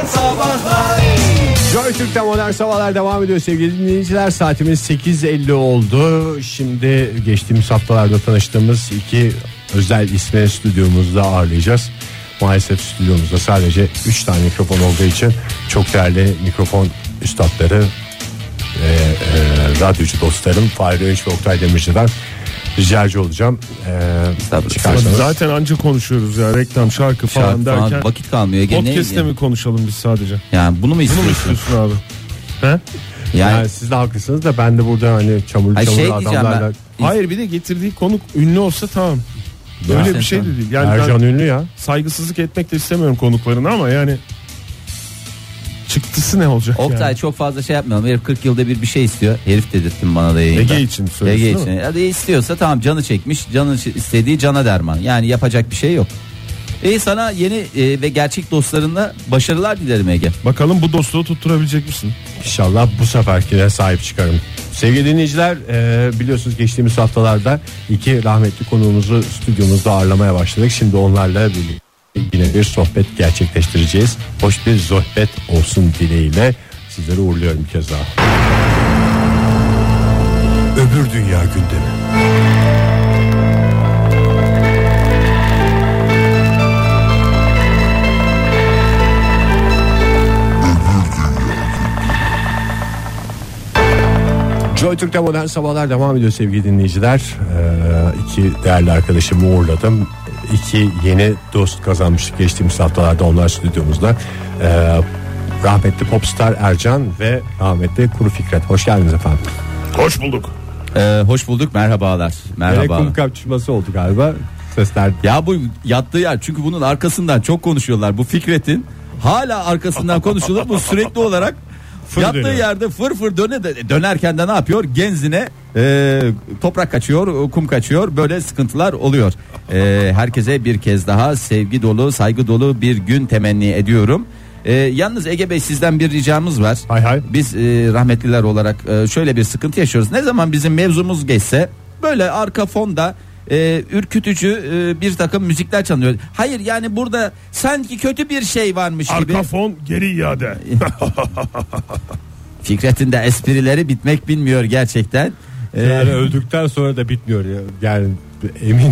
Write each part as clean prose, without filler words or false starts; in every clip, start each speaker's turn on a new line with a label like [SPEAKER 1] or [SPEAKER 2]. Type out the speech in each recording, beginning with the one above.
[SPEAKER 1] Sabahlar.
[SPEAKER 2] Joy Türk'te Modern Sabahlar devam ediyor sevgili dinleyiciler. Saatimiz 8.50 oldu. Şimdi geçtiğimiz haftalarda tanıştığımız iki özel ismi stüdyomuzda ağırlayacağız. Maalesef stüdyomuzda sadece 3 tane mikrofon olduğu için çok değerli mikrofon üstadları radyocu dostlarım Fahri Öğünç ve Oktay Demirci'den ricacı olacağım.
[SPEAKER 3] Zaten anca konuşuyoruz ya, reklam, şarkı falan derken.
[SPEAKER 4] Vakit kalmıyor.
[SPEAKER 3] Podcast'te mi konuşalım biz sadece?
[SPEAKER 4] Yani bunu mu istiyorsun
[SPEAKER 3] abi? He?
[SPEAKER 2] Yani siz de haklısınız da ben de burada hani çamurlu adamlarla.
[SPEAKER 3] Hayır, bir de getirdiği konuk ünlü olsa tamam. Öyle bir şey de değil. Yani
[SPEAKER 2] Ercan ünlü ya.
[SPEAKER 3] Saygısızlık etmek de istemiyorum konuklarına ama yani çıktısı ne olacak?
[SPEAKER 4] Oktay
[SPEAKER 3] yani?
[SPEAKER 4] Çok fazla şey yapmayalım. Herif 40 yılda bir şey istiyor. Herif dedirttin bana da yayında.
[SPEAKER 3] Ege için söylüyorsun.
[SPEAKER 4] Ege için. Hadi istiyorsa tamam, canı çekmiş. Canı istediği cana derman. Yani yapacak bir şey yok. Sana yeni ve gerçek dostlarınla başarılar dilerim Ege.
[SPEAKER 3] Bakalım bu dostluğu tutturabilecek misin?
[SPEAKER 2] İnşallah bu seferkine sahip çıkarım. Sevgili dinleyiciler, biliyorsunuz geçtiğimiz haftalarda iki rahmetli konuğumuzu stüdyomuzda ağırlamaya başladık. Şimdi onlarla birlikte yine bir sohbet gerçekleştireceğiz. Hoş bir sohbet olsun dileğiyle sizleri uğurluyorum bir kez daha. Öbür Dünya Gündemi. Joy Türk'te Modern Sabahlar devam ediyor sevgili dinleyiciler. İki değerli arkadaşımı uğurladım. İki yeni dost kazanmıştık geçtiğimiz haftalarda, onlar stüdyomuzda. Rahmetli popstar Ercan ve rahmetli Kuru Fikret. Hoş geldiniz efendim.
[SPEAKER 3] Hoş bulduk.
[SPEAKER 4] Hoş bulduk, merhabalar.
[SPEAKER 2] Merhaba. Kum kapçması oldu galiba. Sesler.
[SPEAKER 4] Ya bu yattığı yer, çünkü bunun arkasından çok konuşuyorlar. Bu Fikret'in hala arkasından konuşulur. Bu sürekli olarak yattığı yerde fır fır dönerken de ne yapıyor? Genzine toprak kaçıyor, kum kaçıyor. Böyle sıkıntılar oluyor. Herkese bir kez daha sevgi dolu, saygı dolu bir gün temenni ediyorum. Yalnız Ege Bey, sizden bir ricamız var.
[SPEAKER 2] Hay.
[SPEAKER 4] Biz rahmetliler olarak şöyle bir sıkıntı yaşıyoruz. Ne zaman bizim mevzumuz geçse böyle arka fonda ürkütücü bir takım müzikler çalıyor. Hayır, yani burada sanki kötü bir şey varmış gibi.
[SPEAKER 3] Arka fon geri iade.
[SPEAKER 4] Fikret'in de esprileri bitmek bilmiyor gerçekten.
[SPEAKER 2] Yani öldükten sonra da bitmiyor ya. Yani emin.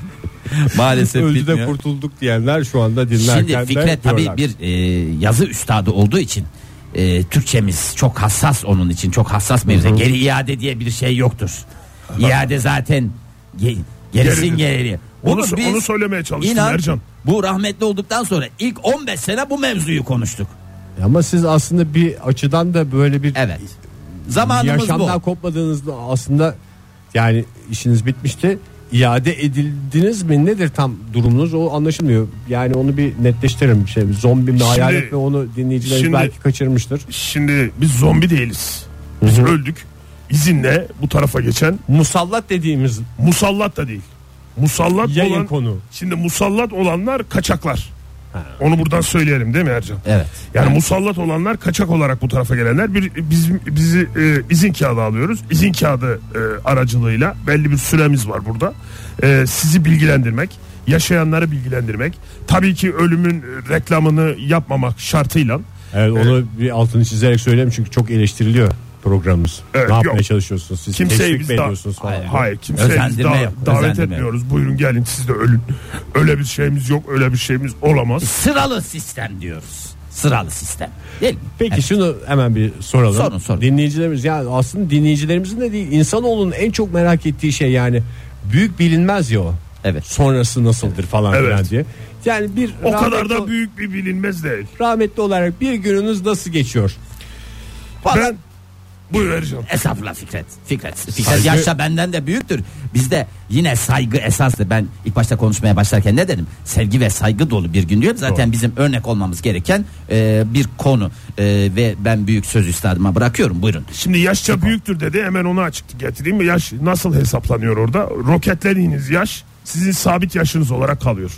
[SPEAKER 4] Maalesef
[SPEAKER 2] öldü
[SPEAKER 4] bitmiyor.
[SPEAKER 2] de kurtulduk diyenler şu anda dinlerken.
[SPEAKER 4] Şimdi Fikret tabii bir yazı üstadı olduğu için Türkçemiz çok hassas, onun için çok hassas mevzu. Geri iade diye bir şey yoktur. İade zaten gerisin geri.
[SPEAKER 3] Onu söylemeye çalıştım Ercan.
[SPEAKER 4] Bu rahmetli olduktan sonra ilk 15 sene bu mevzuyu konuştuk.
[SPEAKER 2] Ama siz aslında bir açıdan da böyle bir
[SPEAKER 4] zamanımız
[SPEAKER 2] yaşamdan
[SPEAKER 4] bu.
[SPEAKER 2] kopmadığınızda aslında yani işiniz bitmişti. İade edildiniz mi, nedir tam durumunuz, o anlaşılmıyor. Yani onu bir netleştirelim. Zombi mi, hayalet mi, onu dinleyicilerimiz belki kaçırmıştır.
[SPEAKER 3] Şimdi biz zombi değiliz. Biz öldük. İzinle bu tarafa geçen.
[SPEAKER 2] Musallat dediğimiz.
[SPEAKER 3] Musallat da değil. Musallat
[SPEAKER 2] yayın
[SPEAKER 3] olan
[SPEAKER 2] konu.
[SPEAKER 3] Şimdi musallat olanlar kaçaklar. Onu buradan söyleyelim değil mi Ercan?
[SPEAKER 4] Evet.
[SPEAKER 3] Yani musallat olanlar, kaçak olarak bu tarafa gelenler. Bizi izin kağıdı alıyoruz. İzin kağıdı aracılığıyla belli bir süremiz var burada. Sizi bilgilendirmek, yaşayanları bilgilendirmek. Tabii ki ölümün reklamını yapmamak şartıyla.
[SPEAKER 2] Evet, onu bir altını çizerek söyleyeyim çünkü çok eleştiriliyor programımız.
[SPEAKER 3] Evet,
[SPEAKER 2] ne yapmaya çalışıyorsunuz siz?
[SPEAKER 3] Kimseyi biz
[SPEAKER 2] Hayır,
[SPEAKER 3] kimseyi davet etmiyoruz. Buyurun gelin siz de ölün. Öyle bir şeyimiz yok, öyle bir şeyimiz olamaz.
[SPEAKER 4] Sıralı sistem diyoruz. Sıralı sistem. Değil mi?
[SPEAKER 2] Peki şunu hemen bir soralım.
[SPEAKER 4] Sorun.
[SPEAKER 2] Dinleyicilerimiz, yani aslında dinleyicilerimizin de değil, insanoğlunun en çok merak ettiği şey, yani büyük bilinmez ya o.
[SPEAKER 4] Evet.
[SPEAKER 2] Sonrası nasıldır falan filan diye. Yani bir
[SPEAKER 3] o kadar da büyük bir bilinmez değil.
[SPEAKER 2] Rahmetli olarak bir gününüz nasıl geçiyor?
[SPEAKER 3] Ben buyur Ercan.
[SPEAKER 4] Estağfurullah Fikret yaşta benden de büyüktür. Bizde yine saygı esastır. Ben ilk başta konuşmaya başlarken ne dedim? Sevgi ve saygı dolu bir gün diyorum. Zaten bizim örnek olmamız gereken bir konu. Ve ben büyük söz üstadıma bırakıyorum. Buyurun.
[SPEAKER 3] Şimdi yaşça büyüktür dedi. Hemen onu açık getireyim mi? Yaş nasıl hesaplanıyor orada? Roketlediğiniz yaş sizin sabit yaşınız olarak kalıyor.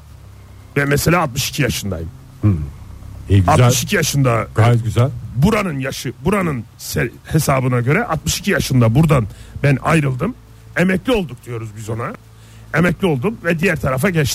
[SPEAKER 3] Ben mesela 62 yaşındayım.
[SPEAKER 2] Güzel.
[SPEAKER 3] 62 yaşında.
[SPEAKER 2] Gayet güzel.
[SPEAKER 3] Buranın yaşı, buranın hesabına göre 62 yaşında buradan ben ayrıldım. Emekli olduk diyoruz biz ona. Emekli oldum ve diğer tarafa geçtim.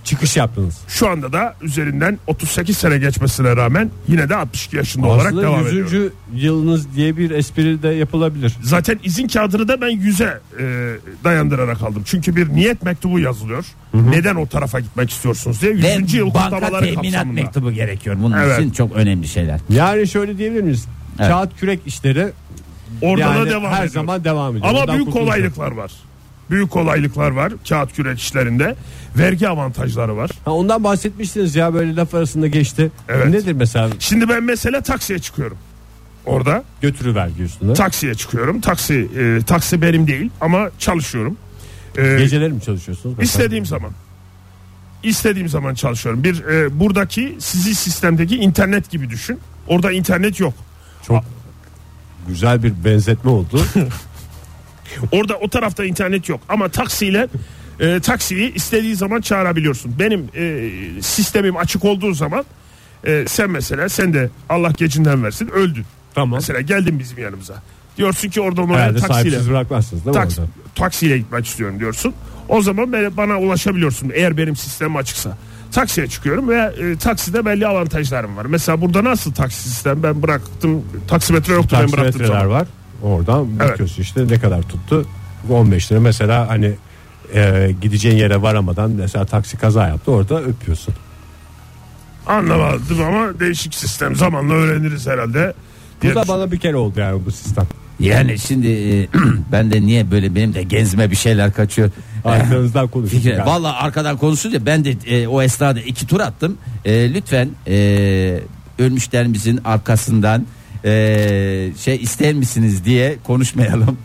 [SPEAKER 2] çıkış yaptınız.
[SPEAKER 3] Şu anda da üzerinden 38 sene geçmesine rağmen yine de 62 yaşında olarak
[SPEAKER 2] aslında
[SPEAKER 3] devam
[SPEAKER 2] 100.
[SPEAKER 3] ediyorum.
[SPEAKER 2] yılınız diye bir espri de yapılabilir.
[SPEAKER 3] Zaten izin kağıdını da ben 100'e dayandırarak aldım. Çünkü bir niyet mektubu yazılıyor. Neden o tarafa gitmek istiyorsunuz diye. 100. yıl
[SPEAKER 4] banka
[SPEAKER 3] kutlamaları
[SPEAKER 4] teminat
[SPEAKER 3] kapsamında.
[SPEAKER 4] mektubu gerekiyor. Bunun
[SPEAKER 3] Evet.
[SPEAKER 4] için çok önemli şeyler.
[SPEAKER 2] Yani şöyle diyebilir miyiz?
[SPEAKER 4] Evet.
[SPEAKER 2] Kağıt kürek işleri
[SPEAKER 3] Orada
[SPEAKER 2] yani
[SPEAKER 3] da devam
[SPEAKER 2] her
[SPEAKER 3] ediyor.
[SPEAKER 2] zaman devam ediyor.
[SPEAKER 3] Ama
[SPEAKER 2] Ondan
[SPEAKER 3] büyük
[SPEAKER 2] kurtulmak.
[SPEAKER 3] kolaylıklar var. Büyük kolaylıklar var kağıt kürek işlerinde. Vergi avantajları var.
[SPEAKER 2] Ha, ondan bahsetmiştiniz ya, böyle laf arasında geçti.
[SPEAKER 3] Evet.
[SPEAKER 2] Nedir mesela?
[SPEAKER 3] Şimdi ben mesela taksiye çıkıyorum. Orada
[SPEAKER 2] Götürüvergi üstüne.
[SPEAKER 3] taksiye çıkıyorum. Taksi benim değil ama çalışıyorum.
[SPEAKER 2] Geceleri mi çalışıyorsunuz? Mesela?
[SPEAKER 3] İstediğim zaman çalışıyorum. Buradaki sizi sistemdeki internet gibi düşün. Orada internet yok.
[SPEAKER 2] Çok güzel bir benzetme oldu.
[SPEAKER 3] Orada o tarafta internet yok ama taksiyi istediği zaman çağırabiliyorsun. Benim sistemim açık olduğu zaman sen de Allah gecinden versin öldün.
[SPEAKER 2] Tamam.
[SPEAKER 3] Mesela geldin bizim yanımıza. Diyorsun ki oradan oraya
[SPEAKER 2] Herhalde
[SPEAKER 3] taksiyle
[SPEAKER 2] sahipsiz bırakmazsınız değil mi orada?
[SPEAKER 3] taksiyle gitmek istiyorum diyorsun. O zaman bana ulaşabiliyorsun eğer benim sistemim açıksa. Taksiye çıkıyorum ve takside belli avantajlarım var. Mesela burada nasıl taksi sistem? Ben bıraktım. Taksimetre yoktu ben bıraktım.
[SPEAKER 2] Taksimetreler var. Oradan bakıyorsun işte ne kadar tuttu. 15 lira mesela, hani gideceğin yere varamadan mesela taksi kaza yaptı, orada öpüyorsun.
[SPEAKER 3] Anlamadım ama değişik sistem. Zamanla öğreniriz herhalde.
[SPEAKER 2] Bu da bana bir kere oldu yani bu sistem.
[SPEAKER 4] Yani şimdi ben de niye böyle, benim de genzime bir şeyler kaçıyor.
[SPEAKER 2] Arkanızdan konuşuyorsun. Yani.
[SPEAKER 4] Vallahi arkadan konuşunca ben de o esnada 2 tur attım. Lütfen ölmüşlerimizin arkasından ister misiniz diye konuşmayalım.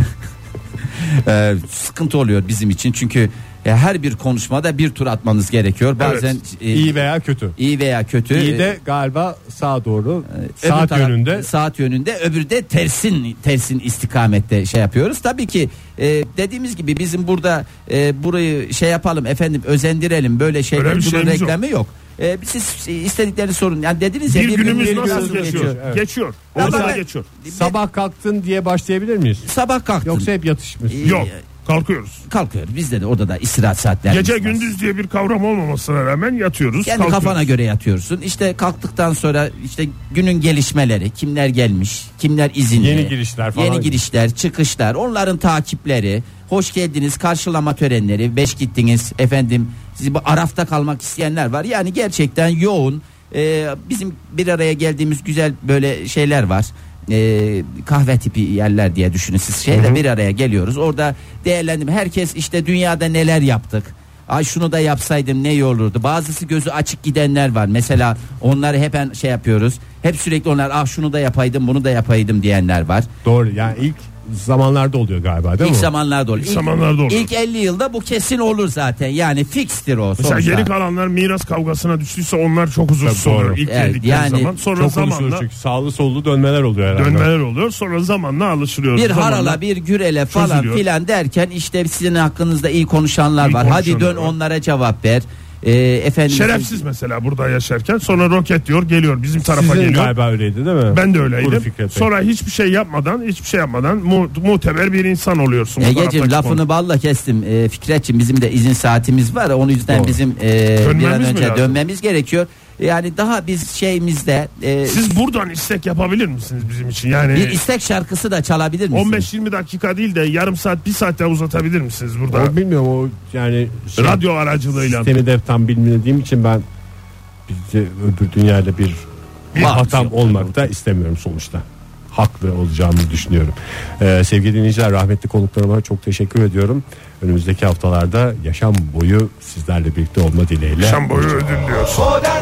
[SPEAKER 4] Sıkıntı oluyor bizim için çünkü her bir konuşmada bir tur atmanız gerekiyor. Bazen
[SPEAKER 2] iyi veya kötü.
[SPEAKER 4] İyi veya kötü.
[SPEAKER 2] İyi de galiba sağa doğru,
[SPEAKER 4] saat yönünde, öbürü de tersin istikamette yapıyoruz. Tabii ki dediğimiz gibi bizim burada burayı yapalım efendim, özendirelim, böyle şeyler, bunun reklamı yok. Siz istediklerini sorun. Yani dediniz ya,
[SPEAKER 3] bir günümüz
[SPEAKER 2] gün
[SPEAKER 3] nasıl geçiyor?
[SPEAKER 2] Evet.
[SPEAKER 3] Geçiyor. Geçiyor.
[SPEAKER 2] Sabah kalktın diye başlayabilir miyiz?
[SPEAKER 4] Sabah kalktın.
[SPEAKER 2] Yoksa hep yatışmış.
[SPEAKER 3] Yok. Kalkıyoruz.
[SPEAKER 4] Bizde de orada da istirahat saatleri.
[SPEAKER 3] Gece gündüz diye bir kavram olmamasına rağmen yatıyoruz.
[SPEAKER 4] Kendi kafana göre yatıyorsun. İşte kalktıktan sonra işte günün gelişmeleri, kimler gelmiş, kimler izinli.
[SPEAKER 2] Yeni girişler falan.
[SPEAKER 4] Yeni girişler, çıkışlar, onların takipleri, hoş geldiniz karşılama törenleri, 5 gittiniz efendim. Sizi arafta kalmak isteyenler var. Yani gerçekten yoğun. Bizim bir araya geldiğimiz güzel böyle şeyler var. Kahve tipi yerler diye düşünün siz, bir araya geliyoruz, orada değerlendim, herkes işte dünyada neler yaptık, ay şunu da yapsaydım ne iyi olurdu, bazısı gözü açık gidenler var mesela, onları hep yapıyoruz, hep sürekli onlar şunu da yapaydım bunu da yapaydım diyenler var.
[SPEAKER 2] Doğru, yani ilk zamanlarda oluyor galiba değil mi?
[SPEAKER 4] İlk zamanlarda oluyor. İlk 50 yılda bu kesin olur zaten, yani fikstir o
[SPEAKER 3] mesela
[SPEAKER 4] sonuçta.
[SPEAKER 3] Geri kalanlar miras kavgasına düştüyse onlar çok huzursuz oluyor ilk geldikleri
[SPEAKER 4] yani
[SPEAKER 3] zaman. Sonra
[SPEAKER 2] çok
[SPEAKER 3] zamanla
[SPEAKER 2] çünkü sağlı sollu dönmeler oluyor herhalde.
[SPEAKER 3] Sonra zamanla alışılıyoruz.
[SPEAKER 4] Bir harala bir gürele falan
[SPEAKER 3] çözülüyor.
[SPEAKER 4] filan derken işte sizin hakkınızda iyi konuşanlar var. Hadi dön onlara cevap ver. Efendim,
[SPEAKER 3] şerefsiz mesela burada yaşarken sonra roket diyor geliyor bizim tarafa
[SPEAKER 2] Sizin
[SPEAKER 3] geliyor.
[SPEAKER 2] galiba öyleydi değil mi?
[SPEAKER 3] Ben de öyleydim. Sonra hiçbir şey yapmadan muteber bir insan oluyorsun.
[SPEAKER 4] Egeciğim lafını balla kestim. Fikretciğim bizim de izin saatimiz var. Onun yüzden
[SPEAKER 2] Doğru.
[SPEAKER 4] bizim bir an önce dönmemiz gerekiyor. Yani daha biz şeyimizde
[SPEAKER 3] siz buradan istek yapabilir misiniz bizim için? Yani
[SPEAKER 4] bir istek şarkısı da çalabilir misiniz?
[SPEAKER 3] 15-20 dakika değil de yarım saat 1 saat daha uzatabilir misiniz burada?
[SPEAKER 2] O bilmiyorum, o yani
[SPEAKER 3] radyo aracılığıyla.
[SPEAKER 2] Sistemi de tam bilmediğim için ben öbür dünyayla bir hatam olmak da istemiyorum sonuçta. Haklı olacağımı düşünüyorum. Sevgili dinleyiciler, rahmetli konuklarıma çok teşekkür ediyorum. Önümüzdeki haftalarda yaşam boyu sizlerle birlikte olma dileğiyle.
[SPEAKER 3] Yaşam boyu ödüllüyoruz.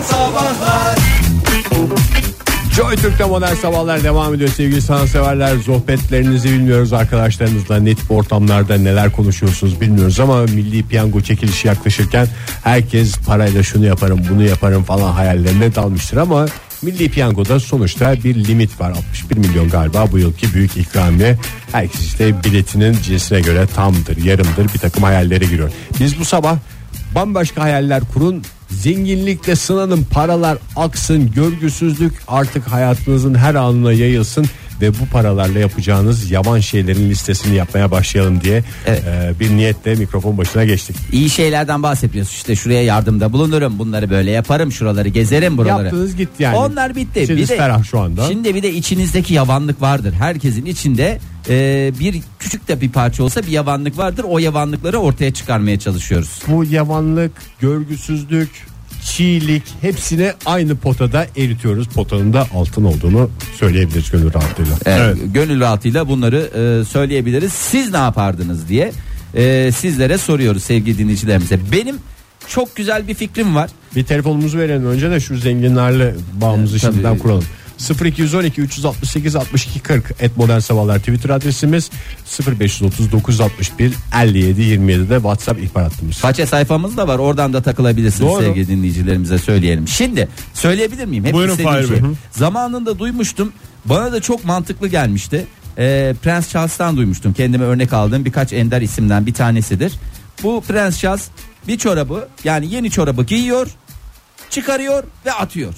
[SPEAKER 2] Joy Türk'te Modern Sabahlar devam ediyor sevgili sanatseverler. Sohbetlerinizi bilmiyoruz, arkadaşlarınızla ne tip ortamlarda neler konuşuyorsunuz bilmiyoruz ama milli piyango çekilişi yaklaşırken herkes parayla şunu yaparım bunu yaparım falan hayallerine dalmıştır ama milli piyangoda sonuçta bir limit var, 61 milyon galiba bu yılki büyük ikramiye. Herkes işte biletinin cinsine göre tamdır yarımdır bir takım hayallere giriyor. Biz bu sabah bambaşka hayaller kurun, zenginlikle sınanın, paralar aksın, görgüsüzlük artık hayatınızın her anına yayılsın ve bu paralarla yapacağınız yavan şeylerin listesini yapmaya başlayalım diye bir niyetle mikrofon başına geçtik.
[SPEAKER 4] İyi şeylerden bahsediyorsun, işte şuraya yardımda bulunurum, bunları böyle yaparım, şuraları gezerim, buraları.
[SPEAKER 2] Yaptığınız gitti yani.
[SPEAKER 4] Onlar bitti.
[SPEAKER 2] İçiniz ferah şu anda.
[SPEAKER 4] Şimdi bir de içinizdeki yavanlık vardır. Herkesin içinde bir küçük de bir parça olsa bir yavanlık vardır. O yavanlıkları ortaya çıkarmaya çalışıyoruz.
[SPEAKER 2] Bu yavanlık, görgüsüzlük, çiğlik hepsini aynı potada eritiyoruz. Potanın da altın olduğunu söyleyebiliriz gönül rahatlığıyla.
[SPEAKER 4] Evet. Gönül rahatıyla bunları söyleyebiliriz. Siz ne yapardınız diye sizlere soruyoruz sevgili dinleyicilerimize. Benim çok güzel bir fikrim var.
[SPEAKER 2] Bir telefonumuzu verelim önce de şu zenginlerle bağımızı şimdiden kuralım. 0212 368 62 40 @modern sabahlar Twitter adresimiz, 0530 61 57 27 de WhatsApp ihbar hattımız.
[SPEAKER 4] Faça sayfamız da var, oradan da takılabilirsiniz. Doğru. Sevgili dinleyicilerimize söyleyelim. Şimdi söyleyebilir miyim? Hep
[SPEAKER 3] buyurun Fahir Bey.
[SPEAKER 4] Zamanında duymuştum, bana da çok mantıklı gelmişti. Prens Charles'tan duymuştum, kendime örnek aldığım birkaç ender isimden bir tanesidir. Bu Prens Charles bir çorabı, yani yeni çorabı giyiyor, çıkarıyor ve atıyor.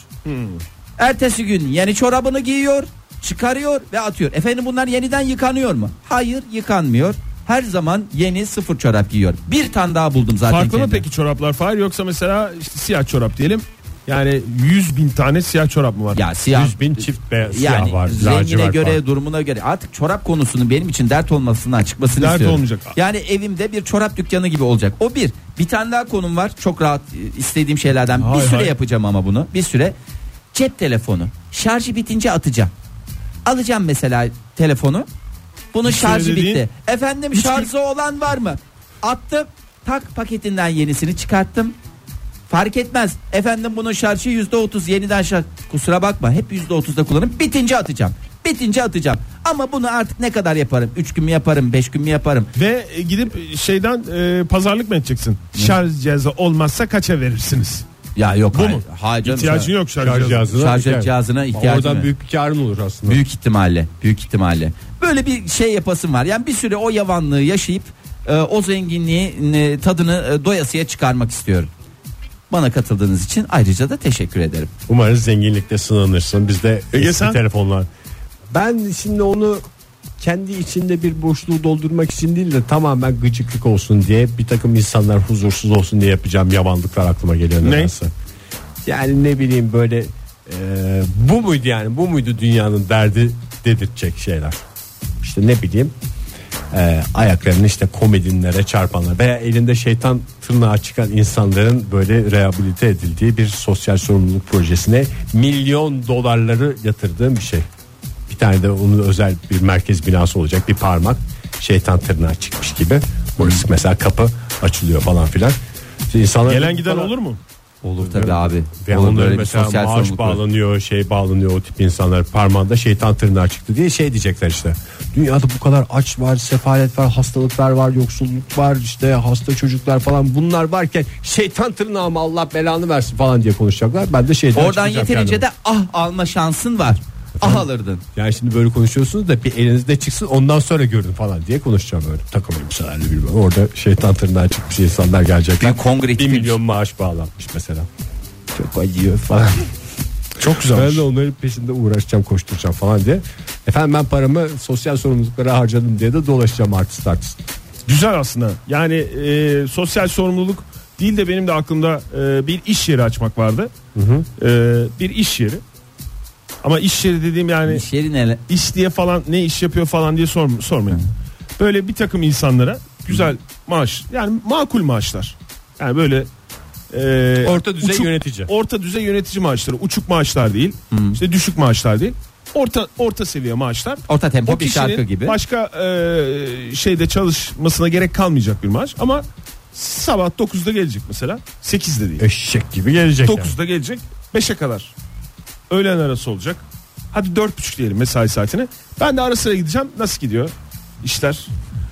[SPEAKER 4] Ertesi gün yeni çorabını giyiyor, çıkarıyor ve atıyor. Efendim bunlar yeniden yıkanıyor mu? Hayır, yıkanmıyor. Her zaman yeni sıfır çorap giyiyor. Bir tane daha buldum zaten.
[SPEAKER 3] Farklı mı peki çoraplar Fahir, yoksa mesela işte siyah çorap diyelim. Yani 100.000 tane siyah çorap mı var?
[SPEAKER 4] Ya siyah
[SPEAKER 2] 100.000 çift beyaz
[SPEAKER 4] yani
[SPEAKER 2] siyah var.
[SPEAKER 4] Rengine göre var. Durumuna göre. Artık çorap konusunun benim için dert olmasından çıkmasını
[SPEAKER 3] dert
[SPEAKER 4] istiyorum.
[SPEAKER 3] Olmayacak.
[SPEAKER 4] Yani evimde bir çorap dükkanı gibi olacak. O bir. Bir tane daha konum var. Çok rahat istediğim şeylerden. Bir süre yapacağım ama bunu. Bir süre. Cep telefonu. Şarjı bitince atacağım. Alacağım mesela telefonu. Bunun şarjı bitti. Efendim şarjı olan var mı? Attım. Tak, paketinden yenisini çıkarttım. Fark etmez. Efendim bunun şarjı %30, yeniden şarj. Kusura bakma, hep %30'da kullanırım. Bitince atacağım. Bitince atacağım. Ama bunu artık ne kadar yaparım? 3 gün mü yaparım? 5 gün mü yaparım?
[SPEAKER 3] Ve gidip şeyden pazarlık mı edeceksin? Şarj cihazı olmazsa kaça verirsiniz?
[SPEAKER 4] Ya yok.
[SPEAKER 3] Bu mu?
[SPEAKER 4] Hayır canım.
[SPEAKER 3] İhtiyacın yok şarj
[SPEAKER 2] cihazına
[SPEAKER 4] ihtiyacın.
[SPEAKER 2] Oradan büyük bir karın olur aslında.
[SPEAKER 4] Büyük ihtimalle. Böyle bir şey yapasım var. Yani bir süre o yavanlığı yaşayıp o zenginliği tadını doyasıya çıkarmak istiyorum. Bana katıldığınız için ayrıca da teşekkür ederim.
[SPEAKER 2] Umarız zenginlikle sınanırsın. Bizde eski telefonlar. Ben şimdi onu kendi içinde bir boşluğu doldurmak için değil de tamamen gıcıklık olsun diye, bir takım insanlar huzursuz olsun diye yapacağım yavanlıklar aklıma geliyor nedense. Yani ne bileyim böyle bu muydu yani, bu muydu dünyanın derdi dedirtecek şeyler. İşte ne bileyim ayaklarını işte komedinlere çarpanlar veya elinde şeytan tırnağı çıkan insanların böyle rehabilite edildiği bir sosyal sorumluluk projesine milyon dolarları yatırdığım bir şey. Bir tane de onun özel bir merkez binası olacak, bir parmak şeytan tırnağı çıkmış gibi. Orası mesela kapı açılıyor falan filan. İnsanlar
[SPEAKER 3] gelen giden olur mu?
[SPEAKER 4] Olur tabii abi.
[SPEAKER 2] Ve onlara mesela maaş bağlanıyor, şey bağlanıyor, o tip insanlar parmağında şeytan tırnağı çıktı diye şey diyecekler işte. Dünyada bu kadar aç var, sefalet var, hastalıklar var, yoksulluk var, işte hasta çocuklar falan, bunlar varken şeytan tırnağı mı, Allah belanı versin falan diye konuşacaklar. Ben de şeyden
[SPEAKER 4] oradan yeterince de alma şansın var. Alırdın.
[SPEAKER 2] Yani şimdi böyle konuşuyorsunuz da bir elinizde çıksın ondan sonra görün falan diye konuşacağım böyle. Takım elbiselerle bilmem. Orada şeytan tırnağı çıkmış insanlar gelecekler. 1 milyon maaş bağlanmış mesela. Çok acıyor falan.
[SPEAKER 3] Çok güzel.
[SPEAKER 2] Ben de onların peşinde uğraşacağım, koşturacağım falan diye. Efendim ben paramı sosyal sorumluluklara harcadım diye de dolaşacağım artist.
[SPEAKER 3] Güzel aslında. Yani sosyal sorumluluk değil de benim de aklımda bir iş yeri açmak vardı. Bir iş yeri. Ama iş yeri dediğim yani
[SPEAKER 4] iş yeri ne?
[SPEAKER 3] İş diye falan, ne iş yapıyor falan diye sormayın. Böyle bir takım insanlara güzel maaş, yani makul maaşlar. Yani böyle
[SPEAKER 2] orta düzey yönetici.
[SPEAKER 3] Orta düzey yönetici maaşları, uçuk maaşlar değil. İşte düşük maaşlar değil. Orta seviye maaşlar.
[SPEAKER 4] Orta tempo bir şarkı gibi.
[SPEAKER 3] Başka şeyde çalışmasına gerek kalmayacak bir maaş ama sabah 9'da gelecek mesela. 8'de değil.
[SPEAKER 2] Eşek gibi gelecek.
[SPEAKER 3] 9'da gelecek. 5'e kadar. Öğlen arası olacak. Hadi 4.30 diyelim mesai saatine. Ben de ara sıra gideceğim. Nasıl gidiyor işler?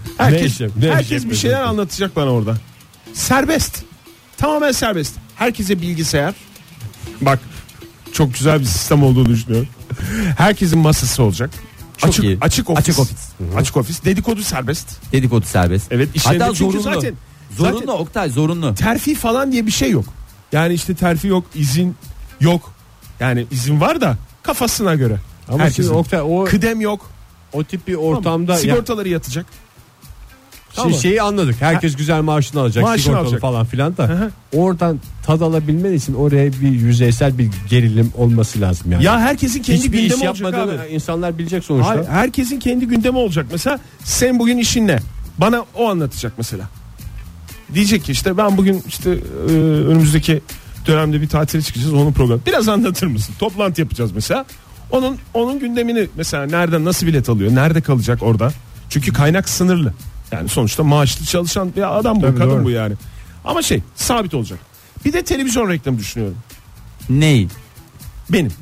[SPEAKER 3] Herkes bir şeyler anlatacak bana orada. Serbest. Tamamen serbest. Herkese bilgisayar. Bak, çok güzel bir sistem olduğunu düşünüyorum. Herkesin masası olacak. Açık ofis. Açık ofis. Dedikodu serbest.
[SPEAKER 4] Evet.
[SPEAKER 3] Hatta zorunlu.
[SPEAKER 4] Zorunlu Oktay, zorunlu.
[SPEAKER 3] Terfi falan diye bir şey yok. Yani işte terfi yok, izin yok. Yani izin var da kafasına göre.
[SPEAKER 2] Ama
[SPEAKER 3] Herkesin.
[SPEAKER 2] şimdi Oktay, o
[SPEAKER 3] Kıdem yok.
[SPEAKER 2] o tip bir ortamda
[SPEAKER 3] Sigortaları yatacak.
[SPEAKER 2] şeyi anladık. Herkes güzel maaşını alacak,
[SPEAKER 3] Maaşını
[SPEAKER 2] sigortalı
[SPEAKER 3] alacak.
[SPEAKER 2] falan filan da.
[SPEAKER 3] Hı.
[SPEAKER 2] Oradan tad alabilmen için oraya bir yüzeysel bir gerilim olması lazım yani.
[SPEAKER 3] Ya herkesin kendi
[SPEAKER 2] hiçbir iş
[SPEAKER 3] gündemi olacak
[SPEAKER 2] yapmadığını
[SPEAKER 3] abi.
[SPEAKER 2] insanlar bilecek sonuçta.
[SPEAKER 3] Hayır, herkesin kendi gündemi olacak. Mesela sen bugün işin ne? Bana o anlatacak mesela. Diyecek ki işte ben bugün işte önümüzdeki dönemde bir tatile çıkacağız, onun programı. Biraz anlatır mısın? Toplantı yapacağız mesela. Onun gündemini mesela nereden nasıl bilet alıyor? Nerede kalacak orada? Çünkü kaynak sınırlı. Yani sonuçta maaşlı çalışan bir adam bu,
[SPEAKER 2] Tabii,
[SPEAKER 3] kadın
[SPEAKER 2] doğru.
[SPEAKER 3] bu yani. Ama sabit olacak. Bir de televizyon reklamı düşünüyorum.
[SPEAKER 4] Ney?
[SPEAKER 3] Benim.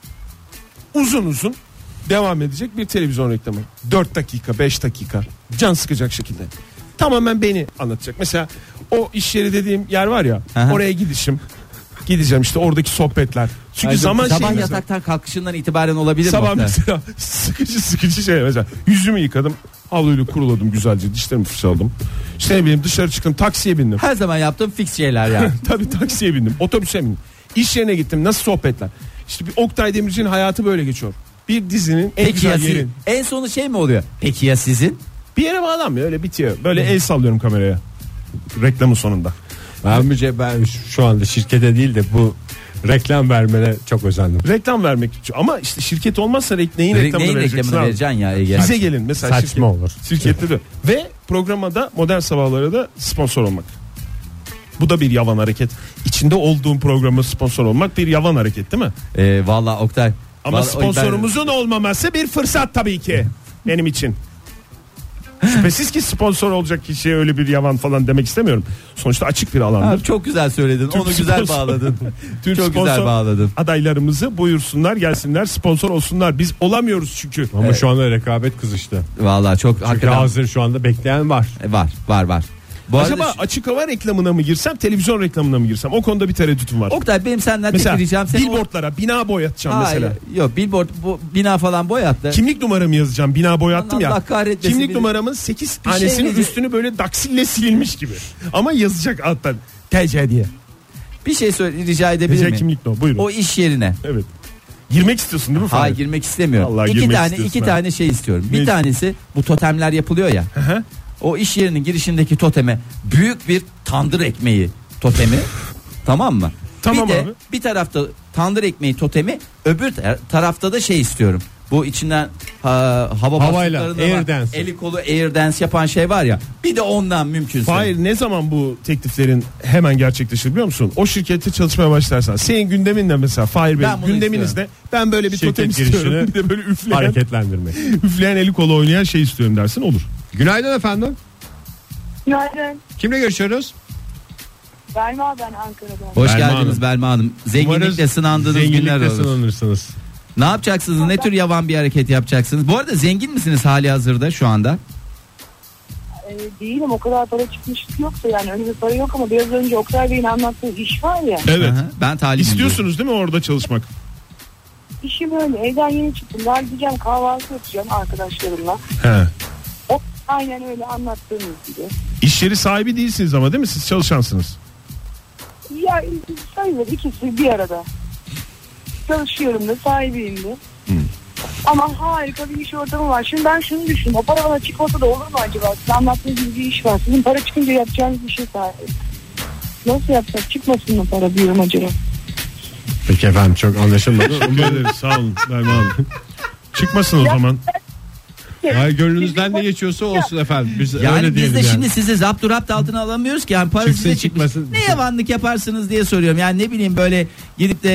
[SPEAKER 3] Uzun devam edecek bir televizyon reklamı. 4 dakika, 5 dakika. Can sıkacak şekilde. Tamamen beni anlatacak. Mesela o iş yeri dediğim yer var ya.
[SPEAKER 4] Aha.
[SPEAKER 3] Oraya gideceğim işte oradaki sohbetler. Çünkü
[SPEAKER 4] Ayrıca
[SPEAKER 3] zaman
[SPEAKER 4] sabah
[SPEAKER 3] mesela.
[SPEAKER 4] yataktan kalkışından itibaren olabilir mi?
[SPEAKER 3] Sabah
[SPEAKER 4] Oktay?
[SPEAKER 3] mesela sıkıcı şey mesela. Yüzümü yıkadım. Havluyla kuruladım güzelce. Dişlerimi fırçaladım. İşte ne bileyim dışarı çıktım. Taksiye bindim.
[SPEAKER 4] Her zaman yaptığım fix şeyler yani.
[SPEAKER 3] Tabii taksiye bindim. Otobüse bindim. İş yerine gittim. Nasıl sohbetler. İşte bir Oktay Demirci'nin hayatı böyle geçiyor. Bir dizinin en
[SPEAKER 4] Peki ya
[SPEAKER 3] güzel yerin.
[SPEAKER 4] en sonu şey mi oluyor? Peki ya sizin?
[SPEAKER 3] Bir yere bağlanmıyor, öyle bitiyor. Böyle el sallıyorum kameraya. Reklamın sonunda.
[SPEAKER 2] Ben şu anda şirkete değil de bu reklam vermene çok özendim.
[SPEAKER 3] Reklam vermek için. Ama işte şirket olmazsa neyin reklamını
[SPEAKER 4] Neyin
[SPEAKER 3] vereceksin
[SPEAKER 4] reklamını
[SPEAKER 3] abi?
[SPEAKER 4] vereceksin ya Ege?
[SPEAKER 3] Bize gelin mesela.
[SPEAKER 2] Saçma olur.
[SPEAKER 3] Şirkette de. Ve programa da Modern Sabahlara da sponsor olmak. Bu da bir yavan hareket. İçinde olduğum programa sponsor olmak bir yavan hareket değil mi?
[SPEAKER 4] Vallahi Oktay.
[SPEAKER 3] Ama
[SPEAKER 4] Vallahi
[SPEAKER 3] sponsorumuzun olmaması bir fırsat tabii ki benim için. Şüphesiz ki sponsor olacak kişiye öyle bir yavan falan demek istemiyorum. Sonuçta açık bir alandır.
[SPEAKER 4] Abi çok güzel söyledin.
[SPEAKER 3] Türk
[SPEAKER 4] Onu güzel
[SPEAKER 3] sponsor-
[SPEAKER 4] bağladın.
[SPEAKER 3] Türk
[SPEAKER 4] çok
[SPEAKER 3] sponsor
[SPEAKER 4] güzel bağladın.
[SPEAKER 3] adaylarımızı buyursunlar, gelsinler, sponsor olsunlar. Biz olamıyoruz çünkü.
[SPEAKER 2] Ama şu anda rekabet kızıştı.
[SPEAKER 4] Vallahi çok
[SPEAKER 2] Çünkü
[SPEAKER 4] hakikaten
[SPEAKER 2] hazır şu anda bekleyen var.
[SPEAKER 4] var. Bu
[SPEAKER 3] Acaba
[SPEAKER 4] arada
[SPEAKER 3] açık hava reklamına mı girsem, televizyon reklamına mı girsem? O konuda bir tereddütüm var.
[SPEAKER 4] Oktay benim senden
[SPEAKER 3] Mesela
[SPEAKER 4] tek ricam
[SPEAKER 3] billboardlara bina boyatacağım mesela.
[SPEAKER 4] Yok billboard bina falan boyattı.
[SPEAKER 3] Kimlik numaramı yazacağım, bina boyattım
[SPEAKER 4] Allah
[SPEAKER 3] ya.
[SPEAKER 4] kahretmesin
[SPEAKER 3] Kimlik
[SPEAKER 4] beni.
[SPEAKER 3] numaramın 8
[SPEAKER 4] Bir şey
[SPEAKER 3] tanesinin
[SPEAKER 4] diyeceğim.
[SPEAKER 3] üstünü böyle daksille silinmiş gibi. Ama yazacak alttan TC diye.
[SPEAKER 4] Bir şey rica edebilir
[SPEAKER 3] TC
[SPEAKER 4] miyim?
[SPEAKER 3] kimlik no, buyurun.
[SPEAKER 4] O iş yerine.
[SPEAKER 3] Evet. Girmek istiyorsun değil mi?
[SPEAKER 4] Hayır
[SPEAKER 3] Fahir?
[SPEAKER 4] girmek istemiyorum.
[SPEAKER 3] Vallahi girmek istiyorsun
[SPEAKER 4] iki
[SPEAKER 3] ha.
[SPEAKER 4] tane şey istiyorum. Bir
[SPEAKER 3] Ne?
[SPEAKER 4] tanesi bu totemler yapılıyor ya.
[SPEAKER 3] hı.
[SPEAKER 4] O iş yerinin girişindeki toteme büyük bir tandır ekmeği totemi. Tamam mı?
[SPEAKER 3] Tamam
[SPEAKER 4] bir de
[SPEAKER 3] abi.
[SPEAKER 4] bir tarafta tandır ekmeği totemi, öbür tarafta da şey istiyorum. Bu içinden
[SPEAKER 2] Havayla,
[SPEAKER 4] bastıklarına
[SPEAKER 2] air
[SPEAKER 4] var.
[SPEAKER 2] dance.
[SPEAKER 4] Eli kolu air dance yapan şey var ya. Bir de ondan mümkünse.
[SPEAKER 3] Hayır, ne zaman bu tekliflerin hemen gerçekleşir biliyor musun? O şirkette çalışmaya başlarsan. Senin gündeminle mesela Fahir Bey
[SPEAKER 4] Ben bunu
[SPEAKER 3] gündeminizde ben böyle bir
[SPEAKER 2] Şirket
[SPEAKER 3] totem istiyorum.
[SPEAKER 2] girişini
[SPEAKER 3] Bir de böyle
[SPEAKER 2] Hareketlendirmek.
[SPEAKER 3] üfleyen eli kolu oynayan şey istiyorum dersin, olur.
[SPEAKER 2] Günaydın efendim.
[SPEAKER 1] Günaydın.
[SPEAKER 2] Kimle görüşüyoruz?
[SPEAKER 1] Belma ben Ankara'dan.
[SPEAKER 4] Hoş
[SPEAKER 2] Belma
[SPEAKER 4] geldiniz
[SPEAKER 2] Hanım.
[SPEAKER 4] Belma Hanım. Zenginlikle
[SPEAKER 2] Umarız
[SPEAKER 4] sınandığınız günler
[SPEAKER 2] zenginlikle
[SPEAKER 4] olur.
[SPEAKER 2] sınanırsınız.
[SPEAKER 4] Ne yapacaksınız? Ne tür yavan bir hareket yapacaksınız? Bu arada zengin misiniz hali hazırda şu anda?
[SPEAKER 1] Değilim, o kadar para çıkmışlık yoksa yani önümde para yok ama biraz önce Oktay Bey'in anlattığı iş var ya.
[SPEAKER 3] Evet.
[SPEAKER 4] Aha, ben talibim.
[SPEAKER 3] İstiyorsunuz değil mi orada çalışmak?
[SPEAKER 1] İşim öyle, evden yeni çıktım. Ben gideceğim kahvaltı yapacağım arkadaşlarımla.
[SPEAKER 3] He.
[SPEAKER 1] O aynen öyle anlattığınız gibi.
[SPEAKER 3] İş yeri sahibi değilsiniz ama değil mi? Siz çalışansınız.
[SPEAKER 1] Ya sayılır, ikisi bir arada. Çalışıyorum da sahibiyim de. Ama harika bir iş ortamı var. Şimdi ben şunu düşündüm. O para bana çıkmasa da olur mu acaba? Siz anlattığınız gibi bir iş var. Sizin para çıkınca yapacağınız bir şey sahibi. Nasıl yapsak? Çıkmasın mı para diyorum acaba?
[SPEAKER 2] Peki efendim, çok anlaşılmadı.
[SPEAKER 3] Teşekkür ederiz, sağ olun Belma Hanım. Çıkmasın o zaman.
[SPEAKER 2] Hayır, gönlünüzden ne geçiyorsa olsun efendim. Biz
[SPEAKER 4] Yani
[SPEAKER 2] öyle
[SPEAKER 4] biz
[SPEAKER 2] diyelim
[SPEAKER 4] de
[SPEAKER 2] yani.
[SPEAKER 4] şimdi sizi zapturapt altına alamıyoruz ki. Yani para
[SPEAKER 2] Çıksın,
[SPEAKER 4] size çıkmış.
[SPEAKER 2] çıkmasın.
[SPEAKER 4] Ne yavanlık yaparsınız diye soruyorum. Yani ne bileyim böyle gidip de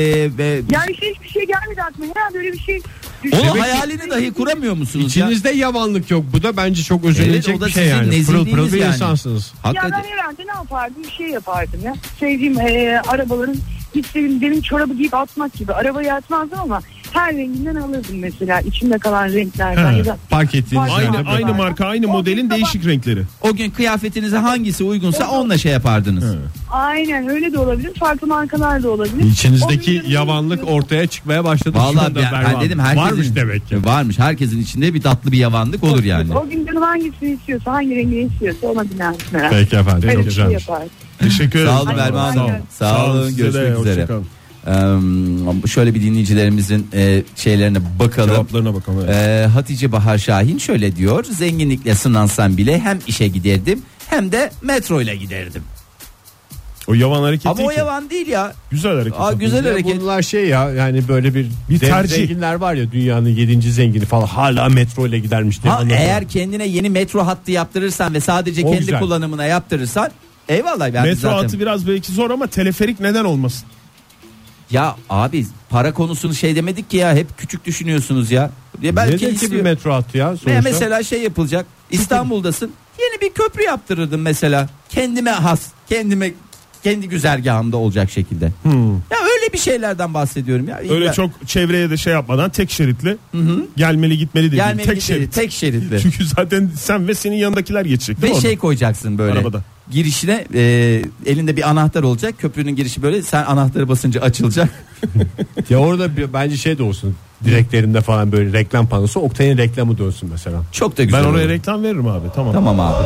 [SPEAKER 1] Yani hiçbir şey gelmedi aklıma. Ya böyle bir şey.
[SPEAKER 4] o hayalini dahi kuramıyor musunuz ya?
[SPEAKER 2] İçinizde yavanlık yok. Bu da bence çok
[SPEAKER 4] Evet,
[SPEAKER 2] üzülecek
[SPEAKER 4] o da
[SPEAKER 2] bir şey
[SPEAKER 4] sizin
[SPEAKER 2] yani. Pırıl
[SPEAKER 4] nezihliğiniz
[SPEAKER 2] pırıl bir
[SPEAKER 4] yani.
[SPEAKER 2] insansınız.
[SPEAKER 1] Ya
[SPEAKER 4] Hakikaten.
[SPEAKER 1] ben herhalde ne yapardım? Bir şey yapardım ya. Sevdiğim arabaların istediğim demin çorabı giyip atmak gibi. Arabayı atmazdım ama her renginden alırdım mesela. İçinde kalan renklerden.
[SPEAKER 3] He.
[SPEAKER 1] Ya da
[SPEAKER 2] Fark ettiğiniz
[SPEAKER 1] Aynı-
[SPEAKER 2] yerde
[SPEAKER 3] Aynı marka, aynı modelin değişik renkleri.
[SPEAKER 4] O gün kıyafetinize hangisi uygunsa onunla şey yapardınız.
[SPEAKER 1] aynen öyle de olabilir. Farklı markalar da olabilir.
[SPEAKER 2] İçinizdeki
[SPEAKER 1] O gün
[SPEAKER 2] yavanlık
[SPEAKER 1] canım
[SPEAKER 2] ortaya çıkmaya başladı. Şu
[SPEAKER 4] Vallahi
[SPEAKER 2] anda
[SPEAKER 4] ben
[SPEAKER 2] Bervan.
[SPEAKER 4] dedim herkesin
[SPEAKER 2] Varmış demek ki.
[SPEAKER 4] Varmış. Herkesin içinde bir tatlı bir yavanlık olur yani.
[SPEAKER 1] O gün canım hangisini istiyorsa, hangi rengi istiyorsa ona binaen merak.
[SPEAKER 2] Peki efendim,
[SPEAKER 1] Öyle
[SPEAKER 2] çok
[SPEAKER 1] bir şey
[SPEAKER 2] güzelmiş.
[SPEAKER 1] yapardım.
[SPEAKER 3] Teşekkür ederim.
[SPEAKER 4] Sağ olun Belma Hanım.
[SPEAKER 1] Aynen.
[SPEAKER 4] Sağ olun.
[SPEAKER 3] Size de,
[SPEAKER 4] Görüşmek üzere.
[SPEAKER 3] hoşçakalın.
[SPEAKER 4] Şöyle bir dinleyicilerimizin şeylerine bakalım.
[SPEAKER 3] Cevaplarına bakalım. Evet.
[SPEAKER 4] Hatice Bahar Şahin şöyle diyor: zenginlikle sınansam bile hem işe giderdim hem de metro ile giderdim.
[SPEAKER 3] O yavan hareket
[SPEAKER 4] ama
[SPEAKER 3] değil
[SPEAKER 4] o
[SPEAKER 3] ki.
[SPEAKER 4] yavan değil ya.
[SPEAKER 3] Güzel hareket.
[SPEAKER 4] Güzel hareket.
[SPEAKER 2] Bunlar şey ya, yani böyle bir
[SPEAKER 3] tercih.
[SPEAKER 2] Zenginler var ya, dünyanın 7. zengini falan, hala metro ile gidermiş diye.
[SPEAKER 4] Eğer kendine yeni metro hattı yaptırırsan ve sadece kendi
[SPEAKER 2] güzel.
[SPEAKER 4] kullanımına yaptırırsan eyvallah. Yani
[SPEAKER 3] metro hattı biraz belki zor ama teleferik neden olmasın?
[SPEAKER 4] Ya abi para konusunu şey demedik ki ya, hep küçük düşünüyorsunuz ya.
[SPEAKER 2] Nedir ki bir metro hattı ya sonuçta?
[SPEAKER 4] Mesela şey yapılacak, İstanbul'dasın, yeni bir köprü yaptırırdım mesela. Kendime has, kendi güzergahımda olacak şekilde. Ya öyle bir şeylerden bahsediyorum ya.
[SPEAKER 3] Öyle çok çevreye de şey yapmadan tek şeritli. Gelmeli gitmeli değil.
[SPEAKER 4] Tek şeritli.
[SPEAKER 3] Çünkü zaten sen ve senin yanındakiler geçecek.
[SPEAKER 4] Ve şey koyacaksın böyle.
[SPEAKER 3] Arabada.
[SPEAKER 4] Girişine elinde bir anahtar olacak. Köprünün girişi böyle, sen anahtarı basınca açılacak.
[SPEAKER 2] Ya orada bence şey de olsun. Direklerinde falan böyle reklam panosu, Oktay'ın reklamı dönsün mesela.
[SPEAKER 4] Çok da güzel.
[SPEAKER 3] Ben oraya
[SPEAKER 4] olur.
[SPEAKER 3] reklam veririm abi.
[SPEAKER 4] Tamam abi.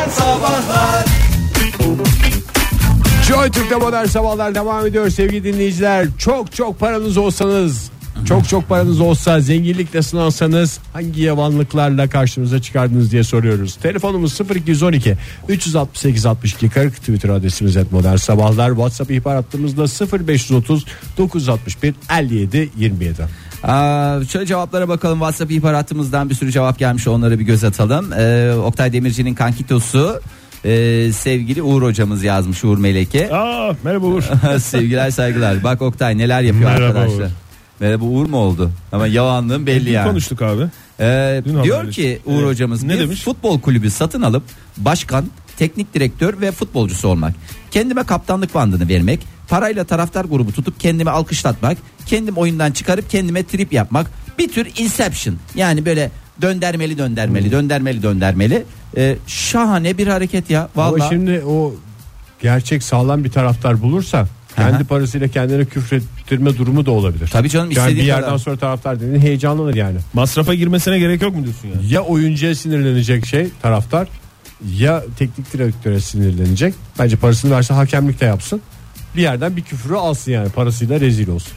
[SPEAKER 2] Joy Türk'te Modern Sabahlar devam ediyor sevgili dinleyiciler. Çok paranız olsanız, çok paranız olsa, zenginlikle sınansanız hangi yavanlıklarla karşımıza çıkardınız diye soruyoruz. Telefonumuz 0212 368 62 40, Twitter adresimiz @modernsabahlar, WhatsApp ihbar hattımızda 0530 961 57 27.
[SPEAKER 4] Şöyle cevaplara bakalım. WhatsApp ihbar hattımızdan bir sürü cevap gelmiş, onlara bir göz atalım. Oktay Demirci'nin kankitosu sevgili Uğur hocamız yazmış, Uğur Meleke.
[SPEAKER 3] Merhaba Uğur.
[SPEAKER 4] Sevgiler saygılar. Bak Oktay neler yapıyor
[SPEAKER 3] merhaba
[SPEAKER 4] arkadaşlar.
[SPEAKER 3] Uğur.
[SPEAKER 4] Merhaba Uğur mu oldu? Ama yavanlığın belli yani.
[SPEAKER 3] Konuştuk abi.
[SPEAKER 4] Diyor ki Uğur hocamız
[SPEAKER 3] ne
[SPEAKER 4] bir
[SPEAKER 3] demiş?
[SPEAKER 4] futbol kulübü satın alıp başkan, teknik direktör ve futbolcusu olmak. Kendime kaptanlık bandını vermek. Parayla taraftar grubu tutup kendimi alkışlatmak. Kendim oyundan çıkarıp kendime trip yapmak. Bir tür Inception. Yani böyle döndermeli. Şahane bir hareket ya. Vallahi.
[SPEAKER 2] Ama şimdi o gerçek sağlam bir taraftar bulursa kendi parasıyla kendine küfrettirme durumu da olabilir.
[SPEAKER 4] Tabii canım,
[SPEAKER 2] yani
[SPEAKER 4] istediği
[SPEAKER 2] bir yerden
[SPEAKER 4] kadar.
[SPEAKER 2] sonra taraftar dediğin heyecanlanır yani.
[SPEAKER 3] Masrafa girmesine gerek yok mu diyorsun yani?
[SPEAKER 2] Ya oyuncuya sinirlenecek taraftar, ya teknik direktöre sinirlenecek. Bence parasını verse hakemlik de yapsın. Bir yerden bir küfrü alsın yani, parasıyla rezil olsun.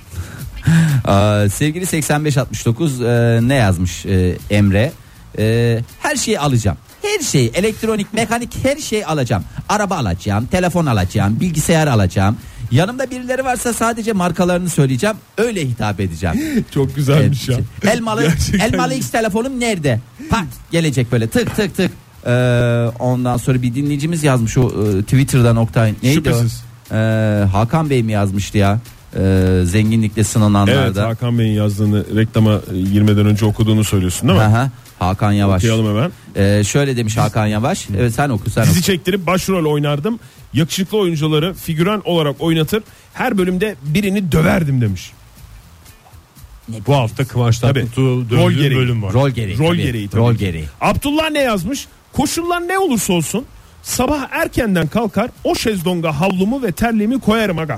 [SPEAKER 4] Sevgili 8569 ne yazmış Emre? Her şeyi alacağım. Her şeyi, elektronik, mekanik, her şeyi alacağım. Araba alacağım, telefon alacağım, bilgisayar alacağım. Yanımda birileri varsa sadece markalarını söyleyeceğim, öyle hitap edeceğim.
[SPEAKER 3] Çok güzelmiş ya.
[SPEAKER 4] Elmalı X telefonum nerede? Pat gelecek böyle tık tık tık. Ondan sonra bir dinleyicimiz yazmış o Twitter'dan, Oktay neydi
[SPEAKER 3] Şüphesiz.
[SPEAKER 4] o? Hakan Bey mi yazmıştı ya? Zenginlikle sınananlarda.
[SPEAKER 3] Evet, Hakan Bey'in yazdığını, reklama girmeden önce okuduğunu söylüyorsun değil mi?
[SPEAKER 4] Aha, Hakan Yavaş.
[SPEAKER 3] Okuyalım hemen.
[SPEAKER 4] Şöyle demiş Hakan Yavaş. Evet, sen oku.
[SPEAKER 3] Dizi çektirip başrol oynardım. Yakışıklı oyuncuları figüran olarak oynatır. Her bölümde birini döverdim demiş.
[SPEAKER 2] Bu hafta Kıvanç Tatlıtuğ dövdüğü bölüm var.
[SPEAKER 4] Rol gereği. Rol gereği.
[SPEAKER 3] Abdullah ne yazmış? Koşullar ne olursa olsun sabah erkenden kalkar, o şezlonga havlumu ve terliğimi koyarım aga.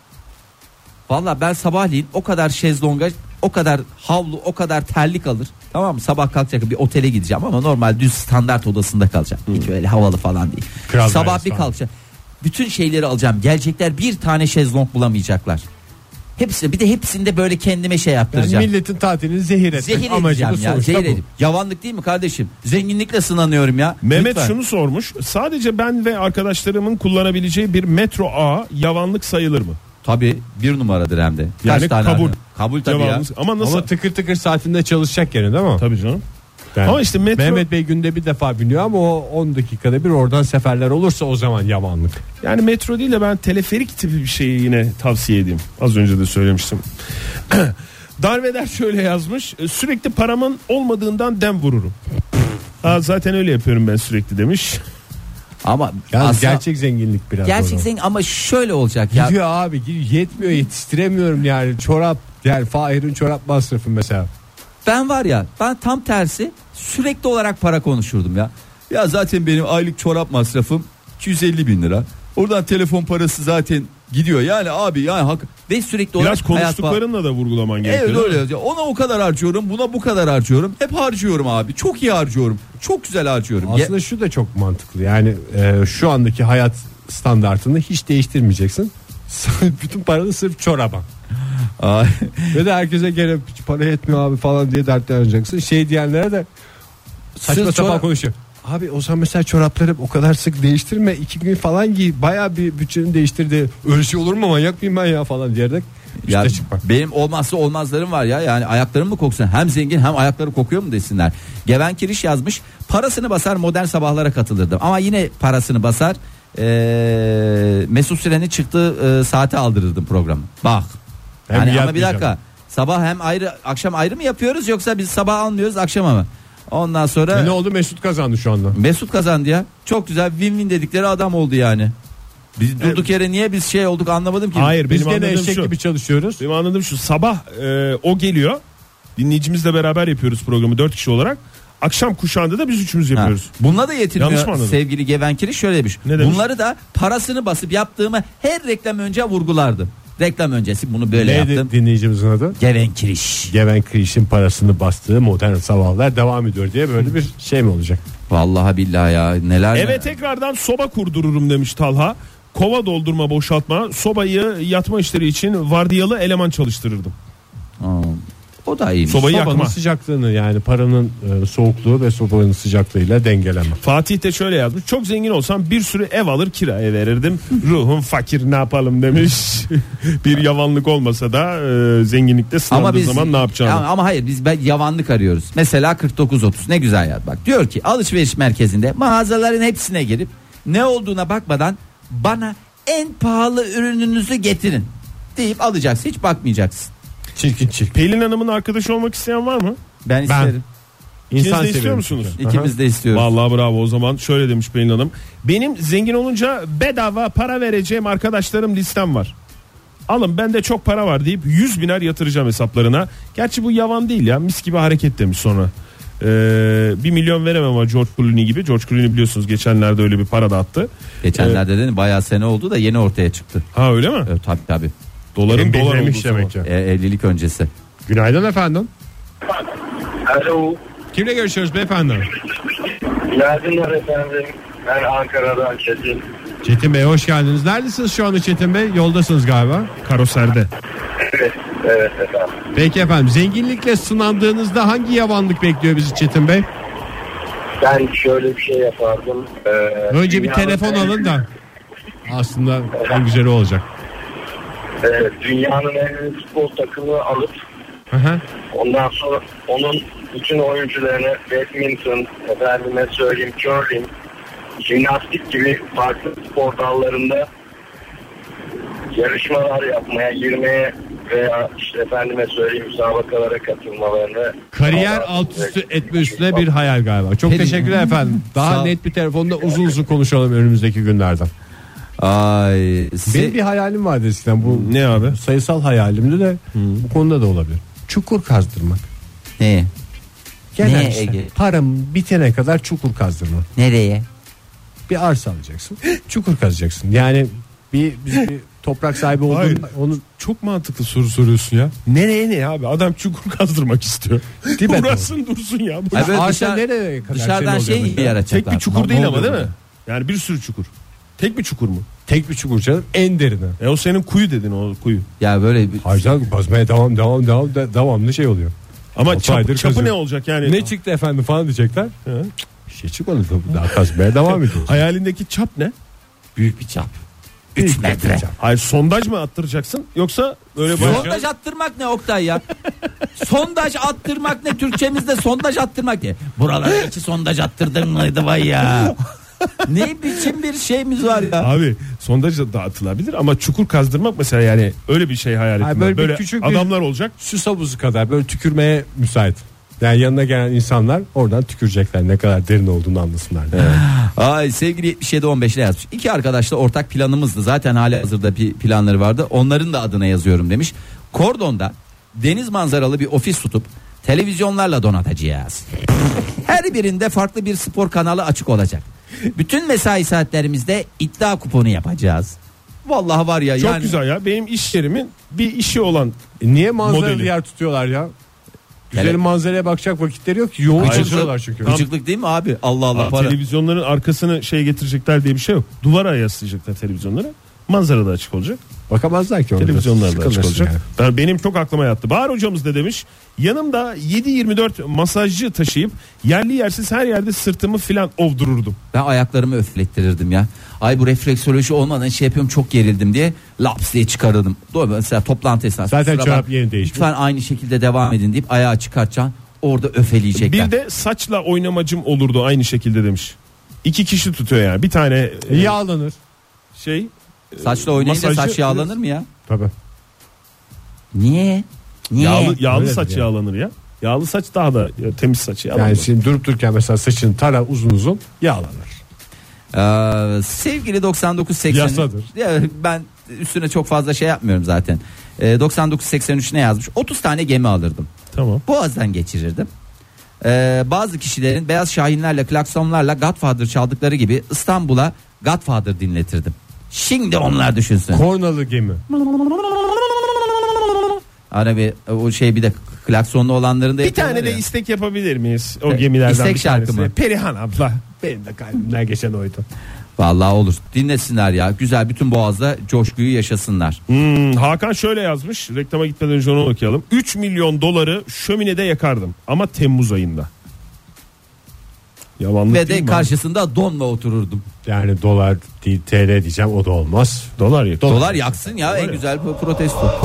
[SPEAKER 4] Valla ben sabahleyin o kadar şezlonga, o kadar havlu, o kadar terlik alır. Tamam mı? Sabah kalkacak, bir otele gideceğim ama normal düz standart odasında kalacağım. Hiç öyle havalı falan değil.
[SPEAKER 2] Kral
[SPEAKER 4] sabah bir kalkacağım. Bütün şeyleri alacağım. Gelecekler, bir tane şezlong bulamayacaklar. Hepsinde böyle kendime şey yaptıracağım.
[SPEAKER 2] Yani milletin tatilini zehir etmek amacı
[SPEAKER 4] ya. Zehir edip. Yavanlık değil mi kardeşim? Zenginlikle sınanıyorum ya.
[SPEAKER 3] Mehmet
[SPEAKER 4] Lütfen.
[SPEAKER 3] şunu sormuş. Sadece ben ve arkadaşlarımın kullanabileceği bir metro ağı yavanlık sayılır mı?
[SPEAKER 4] Tabii, bir numaradır hem de.
[SPEAKER 3] Yani kabul.
[SPEAKER 4] Kabul tabii
[SPEAKER 3] Cevabımız.
[SPEAKER 4] ya.
[SPEAKER 3] Ama nasıl?
[SPEAKER 2] Ama tıkır tıkır saatinde çalışacak gene değil mi?
[SPEAKER 3] Tabii canım.
[SPEAKER 2] Yani
[SPEAKER 3] ama işte metro...
[SPEAKER 2] Mehmet Bey günde bir defa biniyor ama o 10 dakikada bir oradan seferler olursa o zaman yamanlık.
[SPEAKER 3] Yani metro değil de ben teleferik tipi bir şeyi yine tavsiye edeyim. Az önce de söylemiştim. Darveder şöyle yazmış. Sürekli paramın olmadığından dem vururum. Zaten öyle yapıyorum ben sürekli demiş.
[SPEAKER 4] Ama
[SPEAKER 2] yani gerçek zenginlik biraz.
[SPEAKER 4] Gerçek zengin ama şöyle olacak ya.
[SPEAKER 2] Gidiyor abi, yetmiyor, yetiştiremiyorum yani çorap, yani Fahir'in çorap masrafı mesela.
[SPEAKER 4] Ben var ya, ben tam tersi sürekli olarak para konuşurdum ya. Ya zaten benim aylık çorap masrafım 250 bin lira. Oradan telefon parası zaten gidiyor yani abi, yani ve sürekli olarak
[SPEAKER 3] biraz konuştuklarınla da vurgulaman gerekiyor.
[SPEAKER 4] Evet öyle. Ona o kadar harcıyorum, buna bu kadar harcıyorum. Hep harcıyorum abi. Çok iyi harcıyorum. Çok güzel harcıyorum.
[SPEAKER 2] Aslında şu da çok mantıklı. Yani şu andaki hayat standartını hiç değiştirmeyeceksin. Bütün paranı sırf çoraba.
[SPEAKER 4] Ay.
[SPEAKER 2] Ve de herkese gene para yetmiyor abi falan diye dertlanacaksın. Şey diyenlere de saçma sapan konuşuyor. Abi o zaman mesela çorapları o kadar sık değiştirme, 2 gün falan giy, bayağı bir bütçeni değiştirdi. Öyle şey olur mu, manyak mıyım ben ya falan diyerek
[SPEAKER 4] ya benim olmazsa olmazlarım var ya, yani ayaklarım mı koksun, hem zengin hem ayakları kokuyor mu desinler. Geven Kiriş yazmış, parasını basar Modern Sabahlara katılırdım ama yine parasını basar Mesut Süren'in çıktığı saate aldırırdım programı. Bak yani ama bir dakika, sabah hem ayrı akşam ayrı mı yapıyoruz, yoksa biz sabah almıyoruz akşama mı? Ondan sonra
[SPEAKER 2] ne oldu, Mesut kazandı şu anda.
[SPEAKER 4] Mesut kazandı ya, çok güzel win-win dedikleri adam oldu yani. Biz durduk yere niye biz şey olduk anlamadım ki.
[SPEAKER 3] Hayır,
[SPEAKER 2] biz gene eşek gibi çalışıyoruz.
[SPEAKER 3] Benim anladığım şu, sabah o geliyor, dinleyicimizle beraber yapıyoruz programı 4 kişi olarak. Akşam kuşağında da biz üçümüz yapıyoruz.
[SPEAKER 4] Bununla da yetinmiyor sevgili Geven Kiriş, şöyle demiş. Bunları da parasını basıp yaptığımı her reklam önce vurgulardım. Reklam öncesi bunu böyle
[SPEAKER 2] neydi
[SPEAKER 4] yaptım.
[SPEAKER 2] Dinleyicimizin adı?
[SPEAKER 4] Geven Kiriş.
[SPEAKER 2] Geven Kiriş'in parasını bastığı Modern Sabahlar devam ediyor diye böyle bir şey mi olacak?
[SPEAKER 4] Vallahi billahi ya, neler.
[SPEAKER 3] Eve tekrardan soba kurdururum demiş Talha. Kova doldurma, boşaltma, sobayı yatma işleri için vardiyalı eleman çalıştırırdım.
[SPEAKER 4] O da iyiymiş.
[SPEAKER 3] Sobayı
[SPEAKER 2] Sobanın
[SPEAKER 3] yakma.
[SPEAKER 2] sıcaklığını, yani paranın soğukluğu ve sobanın sıcaklığıyla dengeleme.
[SPEAKER 3] Fatih de şöyle yazmış. Çok zengin olsam bir sürü ev alır kiraya verirdim. Ruhum fakir, ne yapalım demiş. Bir yavanlık olmasa da zenginlikte sınandığı zaman ne yapacağını.
[SPEAKER 4] Ama hayır, biz yavanlık arıyoruz. Mesela 49-30 ne güzel yer. Bak diyor ki alışveriş merkezinde mağazaların hepsine girip ne olduğuna bakmadan bana en pahalı ürününüzü getirin deyip alacaksın, hiç bakmayacaksın.
[SPEAKER 2] Çirkin.
[SPEAKER 3] Pelin Hanım'ın arkadaşı olmak isteyen var mı?
[SPEAKER 4] Ben isterim.
[SPEAKER 3] İkiniz de istiyor musunuz?
[SPEAKER 4] İkimiz de istiyoruz.
[SPEAKER 3] Vallahi bravo, o zaman şöyle demiş Pelin Hanım. Benim zengin olunca bedava para vereceğim arkadaşlarım listem var. Alın bende çok para var deyip 100 biner yatıracağım hesaplarına. Gerçi bu yavan değil ya, mis gibi hareket demiş sonra. 1 milyon veremem ama George Clooney gibi. George Clooney biliyorsunuz geçenlerde öyle bir para da attı.
[SPEAKER 4] Geçenlerde dedim, bayağı sene oldu da yeni ortaya çıktı.
[SPEAKER 3] Ha öyle mi?
[SPEAKER 4] Tabii.
[SPEAKER 3] Doların dolar olmuş
[SPEAKER 2] demek ki.
[SPEAKER 4] Evlilik öncesi.
[SPEAKER 2] Günaydın efendim.
[SPEAKER 5] Alo.
[SPEAKER 2] Kimle görüşüyoruz beyefendi?
[SPEAKER 5] Günaydınlar efendim. Ben Ankara'dan Çetin.
[SPEAKER 2] Çetin Bey hoş geldiniz. Neredesiniz şu anda Çetin Bey? Yoldasınız galiba.
[SPEAKER 3] Karoserde.
[SPEAKER 5] Evet efendim.
[SPEAKER 2] Peki efendim, zenginlikle sınandığınızda hangi yavanlık bekliyor bizi Çetin Bey?
[SPEAKER 5] Ben şöyle bir şey yapardım.
[SPEAKER 2] Önce bir telefon alın da aslında en güzeli olacak.
[SPEAKER 5] Dünyanın en büyük futbol takımı alıp ondan sonra onun bütün oyuncularını badminton, efendime söyleyeyim curling, jimnastik gibi farklı spor dallarında yarışmalar yapmaya, girmeye veya işte efendime söyleyeyim müsabakalara katılmalarını,
[SPEAKER 2] kariyer alt üstü etme üstüne bir hayal galiba. Çok teşekkürler efendim. Daha net bir telefonda uzun konuşalım önümüzdeki günlerden. Benim bir hayalim vardı eskiden, bu
[SPEAKER 3] ne abi?
[SPEAKER 2] Sayısal hayalimdi de bu konuda da olabilir. Çukur kazdırmak.
[SPEAKER 4] Ne?
[SPEAKER 2] Genel işte, param bitene kadar çukur kazdırma.
[SPEAKER 4] Nereye?
[SPEAKER 2] Bir arsa alacaksın. Çukur kazacaksın. Yani bir toprak sahibi olduğunda onu...
[SPEAKER 3] Çok mantıklı soru soruyorsun ya. Nereye ne abi? Adam çukur kazdırmak istiyor. Uğraşsın dursun ya.
[SPEAKER 2] Arsa nereye kadar?
[SPEAKER 4] Dışarıdan şey yaratacaklar.
[SPEAKER 3] Tek bir çukur değil ama değil mi? Yani bir sürü çukur. Tek bir çukur mu?
[SPEAKER 2] Tek bir çukur canım, en derine.
[SPEAKER 3] O senin kuyu dedin, o kuyu.
[SPEAKER 4] Ya böyle bir...
[SPEAKER 2] Harcan kazmaya devamlı şey oluyor.
[SPEAKER 3] Ama çapı ne olacak yani?
[SPEAKER 2] Ne çıktı efendim falan diyecekler. Bir şey çıkmadı, daha kazmaya devam ediyoruz.
[SPEAKER 3] Hayalindeki çap ne?
[SPEAKER 4] Büyük bir çap. 3 metre.
[SPEAKER 3] Hayır, sondaj mı attıracaksın yoksa böyle
[SPEAKER 4] sondaj attırmak ne Oktay ya? Sondaj attırmak ne? Türkçemizde sondaj attırmak ne? Buralara içi sondaj attırdın mıydı vay ya? Ne biçim bir şeyimiz var ya?
[SPEAKER 3] Abi sondaj da atılabilir ama çukur kazdırmak mesela, yani öyle bir şey hayal ettim. Böyle küçük adamlar olacak.
[SPEAKER 2] Süs havuzu kadar böyle tükürmeye müsait. Yani yanına gelen insanlar oradan tükürecekler, ne kadar derin olduğunu anlasınlar.
[SPEAKER 4] Evet. Ay sevgili 77-15'le yazmış. 2 arkadaşla ortak planımızdı. Zaten hali hazırda bir planları vardı. Onların da adına yazıyorum demiş. Kordon'da deniz manzaralı bir ofis tutup televizyonlarla donatacağız. Her birinde farklı bir spor kanalı açık olacak. Bütün mesai saatlerimizde iddia kuponu yapacağız. Vallahi var ya.
[SPEAKER 3] Çok güzel ya. Benim iş yerimin bir işi olan.
[SPEAKER 2] Niye manzaralı yer tutuyorlar ya? Güzel manzaraya bakacak vakitleri yok ki. Yoğun çalışıyorlar çünkü.
[SPEAKER 4] Gıcıklık değil mi abi? Allah Allah. Para.
[SPEAKER 3] Televizyonların arkasını getirecekler diye bir şey yok. Duvara yaslayacaklar televizyonları. Manzara da açık olacak.
[SPEAKER 2] Bakamazlar ki orada.
[SPEAKER 3] Televizyonlarda açık olacak.
[SPEAKER 2] Yani.
[SPEAKER 3] Benim çok aklıma yattı. Bahar hocamız da demiş. Yanımda 7/24 masajcı taşıyıp yerli yersiz her yerde sırtımı filan ovdururdum.
[SPEAKER 4] Ben ayaklarımı öflettirirdim ya. Ay bu refleksoloji olmadan şey yapıyorum, çok gerildim diye laps diye çıkarırdım. Doğru, mesela toplantı esnasında.
[SPEAKER 2] Zaten çorap yeni değişmiş.
[SPEAKER 4] Lütfen aynı şekilde devam edin deyip ayağı çıkartacaksın. Orada öfeleyecekler.
[SPEAKER 3] Bir de saçla oynamacım olurdu aynı şekilde demiş. 2 kişi tutuyor yani. Bir tane
[SPEAKER 2] yağlanır.
[SPEAKER 4] Saçla oynayınca
[SPEAKER 3] masajcı,
[SPEAKER 4] saç yağlanır mı ya?
[SPEAKER 2] Tabii.
[SPEAKER 4] Niye?
[SPEAKER 3] Yağlı saç
[SPEAKER 2] yani.
[SPEAKER 3] yağlanır ya. Yağlı saç daha da temiz saç yağlanır.
[SPEAKER 2] Yani şimdi durup dururken mesela saçını tara uzun yağlanır.
[SPEAKER 4] Sevgili 9980
[SPEAKER 2] Yasadır.
[SPEAKER 4] Ben üstüne çok fazla şey yapmıyorum zaten. 9983 ne yazmış? 30 tane gemi alırdım.
[SPEAKER 3] Tamam.
[SPEAKER 4] Boğaz'dan geçirirdim. Bazı kişilerin beyaz şahinlerle, klaksonlarla Godfather çaldıkları gibi İstanbul'a Godfather dinletirdim. Şimdi onlar düşünsün.
[SPEAKER 2] Kornalı gemi.
[SPEAKER 4] Hani bir o şey, bir de klaksonlu olanların da
[SPEAKER 3] Bir tane de
[SPEAKER 4] ya.
[SPEAKER 3] istek yapabilir miyiz? O gemilerden
[SPEAKER 4] İstek
[SPEAKER 3] bir
[SPEAKER 4] şarkı
[SPEAKER 3] tanesi.
[SPEAKER 4] mı?
[SPEAKER 3] Perihan abla.
[SPEAKER 2] Benim de kalbimden geçen oydu.
[SPEAKER 4] Vallahi olur. Dinlesinler ya. Güzel, bütün Boğaz'da coşkuyu yaşasınlar.
[SPEAKER 3] Hakan şöyle yazmış. Reklama gitmeden önce onu okuyalım. 3 milyon doları şöminede yakardım. Ama Temmuz ayında. Yalanlık
[SPEAKER 4] Ve
[SPEAKER 3] değil
[SPEAKER 4] de
[SPEAKER 3] mi
[SPEAKER 4] karşısında donla otururdum.
[SPEAKER 2] Yani dolar değil, TL diyeceğim, o da olmaz.
[SPEAKER 3] abi? Dolar yakar.
[SPEAKER 4] Dolar yaksın ya, en güzel protesto.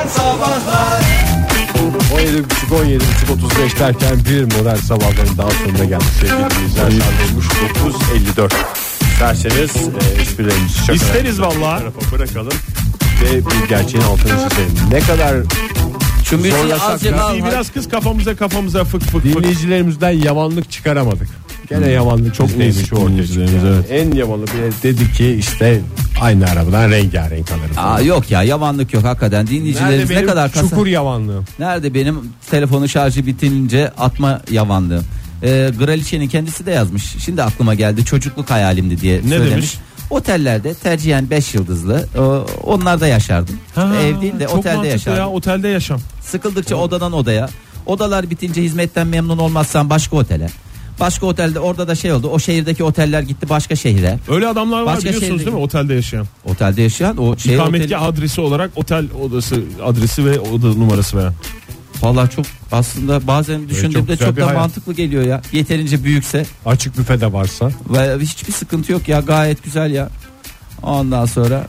[SPEAKER 2] 17.30-17.35 derken bir modern sabahların daha sonuna geldik sevgili dinleyiciler. Saat olmuş 9.54. İsterseniz esprilerimizi şakalarımızı
[SPEAKER 3] İsteriz vallahi.
[SPEAKER 2] tarafa bırakalım ve bir gerçeğin altını çizelim. Ne kadar
[SPEAKER 4] Şu müziği
[SPEAKER 2] zorlasak
[SPEAKER 4] azıcık
[SPEAKER 2] da
[SPEAKER 4] al.
[SPEAKER 3] Biraz kız kafamıza fık fık fık.
[SPEAKER 2] dinleyicilerimizden yavanlık çıkaramadık. Gene yavanlık çok neymiş
[SPEAKER 3] nazik
[SPEAKER 2] ortaya
[SPEAKER 3] dinleyicilerimiz,
[SPEAKER 2] çıktı.
[SPEAKER 3] evet.
[SPEAKER 2] En yavanı bir dedi ki işte aynı arabadan rengarenk alırız.
[SPEAKER 4] Aa, yok ya, yavanlık yok hakikaten. Dinleyicilerimiz
[SPEAKER 2] Nerede
[SPEAKER 4] ne
[SPEAKER 2] benim
[SPEAKER 4] kadar kasa.
[SPEAKER 2] çukur yavanlığım?
[SPEAKER 4] Nerede benim telefonu şarjı bitince atma yavanlığım. Kraliçenin kendisi de yazmış. Şimdi aklıma geldi, çocukluk hayalimdi diye söylemiş.
[SPEAKER 3] demiş?
[SPEAKER 4] Otellerde tercihen 5 yıldızlı onlarda yaşardım. Ev değil de
[SPEAKER 3] Çok
[SPEAKER 4] otelde
[SPEAKER 3] mantıklı
[SPEAKER 4] yaşardım.
[SPEAKER 3] ya, otelde yaşam.
[SPEAKER 4] Sıkıldıkça odadan odaya. Odalar bitince hizmetten memnun olmazsan başka otele. Başka otelde, orada da şey oldu. O şehirdeki oteller gitti başka şehire.
[SPEAKER 3] Öyle adamlar var,
[SPEAKER 4] Başka
[SPEAKER 3] biliyorsunuz
[SPEAKER 4] şehirde-
[SPEAKER 3] değil mi, otelde yaşayan.
[SPEAKER 4] Otelde yaşayan o şey
[SPEAKER 3] İkametgah adresi olarak otel odası adresi ve oda numarası veren.
[SPEAKER 4] Valla çok, aslında bazen düşündüğümde
[SPEAKER 2] güzel
[SPEAKER 4] çok
[SPEAKER 2] bir
[SPEAKER 4] da
[SPEAKER 2] hayat.
[SPEAKER 4] mantıklı geliyor ya. Yeterince büyükse
[SPEAKER 2] Açık büfede varsa.
[SPEAKER 4] ve hiçbir sıkıntı yok ya, gayet güzel ya. Ondan sonra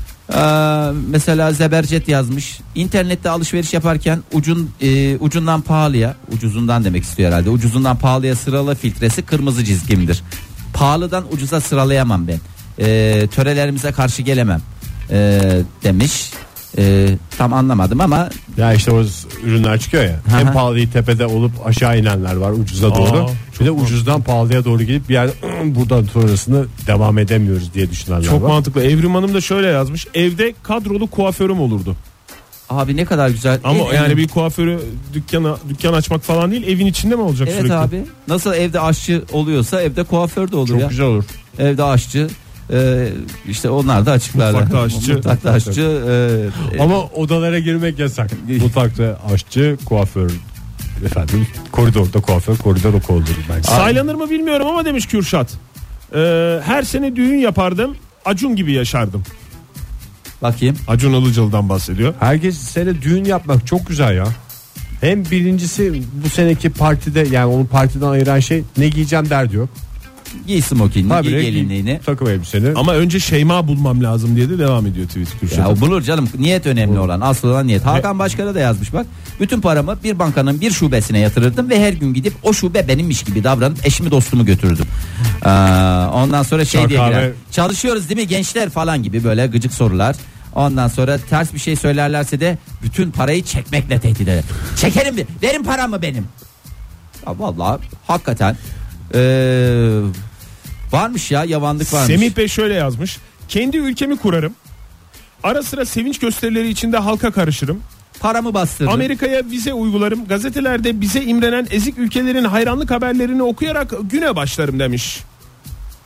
[SPEAKER 4] mesela Zebercet yazmış. İnternette alışveriş yaparken ucundan pahalıya, ucuzundan demek istiyor herhalde. Ucuzundan pahalıya sırala filtresi kırmızı çizgimdir. Pahalıdan ucuza sıralayamam ben. Törelerimize karşı gelemem demiş. Tam anlamadım ama
[SPEAKER 2] Ya işte o ürünler çıkıyor ya.
[SPEAKER 4] Hı hı.
[SPEAKER 2] En pahalıyı tepede olup aşağı inenler var ucuza doğru. Bir de ucuzdan pahalıya doğru gidip bir yer buradan sonrasını devam edemiyoruz diye düşünenler
[SPEAKER 3] Çok
[SPEAKER 2] var.
[SPEAKER 3] mantıklı. Evrim Hanım da şöyle yazmış. Evde kadrolu kuaförüm olurdu.
[SPEAKER 4] abi ne kadar güzel.
[SPEAKER 3] Ama yani bir kuaförü dükkan açmak falan değil, evin içinde mi olacak
[SPEAKER 4] evet
[SPEAKER 3] sürekli?
[SPEAKER 4] abi, nasıl evde aşçı oluyorsa evde kuaför de olur
[SPEAKER 2] Çok
[SPEAKER 4] ya.
[SPEAKER 2] güzel olur.
[SPEAKER 4] Evde aşçı, işte onlar da açıklarlar.
[SPEAKER 3] Mutfakta aşçı.
[SPEAKER 4] Mutfakta aşçı.
[SPEAKER 2] Ama odalara girmek yasak. Mutfakta aşçı, kuaför, efendim koridorda kuaför, koridor o olur belki.
[SPEAKER 3] Saylanır mı bilmiyorum ama demiş Kürşat. Her sene düğün yapardım. Acun gibi yaşardım.
[SPEAKER 4] Bakayım.
[SPEAKER 3] Acun Ilıcalı'dan bahsediyor.
[SPEAKER 2] Herkes sene düğün yapmak çok güzel ya. Hem birincisi bu seneki partide, yani onu partiden ayıran şey ne giyeceğim derdi yok.
[SPEAKER 4] Giy smokinini, giy
[SPEAKER 2] Habire
[SPEAKER 4] gelinliğini.
[SPEAKER 2] takım elbiseni.
[SPEAKER 3] Ama önce Şeyma bulmam lazım diye de devam ediyor tweet Kürşat.
[SPEAKER 4] Ya o bulur canım, niyet önemli olan, asıl olan niyet. Hakan Başkan'a da yazmış bak. Bütün paramı bir bankanın bir şubesine yatırırdım ve her gün gidip o şube benimmiş gibi davranıp eşimi dostumu götürürdüm. Ondan sonra şey
[SPEAKER 2] Çay,
[SPEAKER 4] diye
[SPEAKER 2] kahve.
[SPEAKER 4] girer. Çalışıyoruz değil mi gençler falan gibi böyle gıcık sorular. Ondan sonra ters bir şey söylerlerse de bütün parayı çekmekle tehdit eder. Çekerim de, verin paramı benim. Ya vallahi hakikaten varmış ya, yavanlık varmış.
[SPEAKER 3] Semih Bey şöyle yazmış. Kendi ülkemi kurarım. Ara sıra sevinç gösterileri içinde halka karışırım.
[SPEAKER 4] Paramı bastırırım.
[SPEAKER 3] Amerika'ya vize uygularım. Gazetelerde bize imrenen ezik ülkelerin hayranlık haberlerini okuyarak güne başlarım demiş.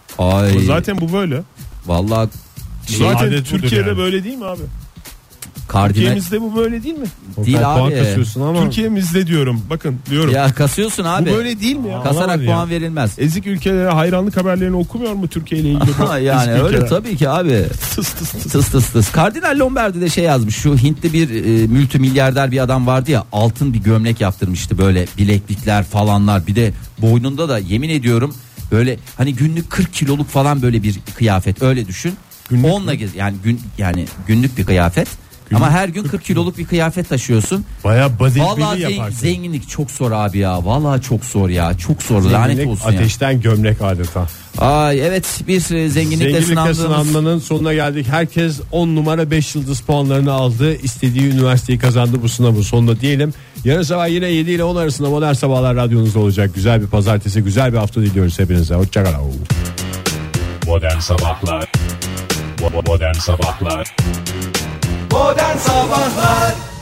[SPEAKER 4] Ay.
[SPEAKER 3] Zaten bu böyle.
[SPEAKER 4] Vallahi
[SPEAKER 3] Zaten
[SPEAKER 2] adet budur
[SPEAKER 3] Türkiye'de
[SPEAKER 2] yani.
[SPEAKER 3] böyle değil mi abi? Türkiye'mizde bu böyle değil mi?
[SPEAKER 4] Değil
[SPEAKER 2] puan
[SPEAKER 4] abi.
[SPEAKER 2] kasıyorsun ama.
[SPEAKER 3] Türkiye'mizde diyorum. Bakın diyorum.
[SPEAKER 4] Ya kasıyorsun abi.
[SPEAKER 3] Bu böyle değil mi ya?
[SPEAKER 4] Kasarak
[SPEAKER 2] Anlamadım
[SPEAKER 4] puan
[SPEAKER 2] ya.
[SPEAKER 4] verilmez.
[SPEAKER 3] Ezik ülkelere hayranlık haberlerini okumuyor mu Türkiye ile ilgili?
[SPEAKER 4] Yani
[SPEAKER 3] ezik
[SPEAKER 4] öyle
[SPEAKER 3] ülkeler?
[SPEAKER 4] tabii ki abi.
[SPEAKER 3] Tıs tıs tıs.
[SPEAKER 4] Tıs tıs tıs. Kardinal Lombardi de şey yazmış. Şu Hintli bir multimilyarder bir adam vardı ya, altın bir gömlek yaptırmıştı, böyle bileklikler falanlar, bir de boynunda da yemin ediyorum böyle hani günlük 40 kiloluk falan böyle bir kıyafet, öyle düşün.
[SPEAKER 3] Günlük
[SPEAKER 4] Onunla gez yani günlük bir kıyafet. Ama her gün 40 kiloluk bir kıyafet taşıyorsun.
[SPEAKER 2] Bayağı
[SPEAKER 4] Vallahi
[SPEAKER 2] bodybuilding yaparsın.
[SPEAKER 4] zenginlik çok zor abi ya. Vallahi çok zor ya. Çok zor. Lanet
[SPEAKER 2] Zenginlik
[SPEAKER 4] olsun ya.
[SPEAKER 2] ateşten gömlek adeta.
[SPEAKER 4] Ay evet, bir zenginlikle
[SPEAKER 2] Zenginlikle
[SPEAKER 4] sınandığımız.
[SPEAKER 2] sınanmanın sonuna geldik. Herkes 10 numara 5 yıldız puanlarını aldı. İstediği üniversiteyi kazandı bu sınavın sonunda diyelim. Yarın sabah yine 7 ile 10 arasında Modern Sabahlar radyonuzda olacak. Güzel bir pazartesi, güzel bir hafta diliyoruz hepinize. Hoşçakalın.
[SPEAKER 6] Modern Sabahlar. Modern Sabahlar.
[SPEAKER 7] Modern Sabahlar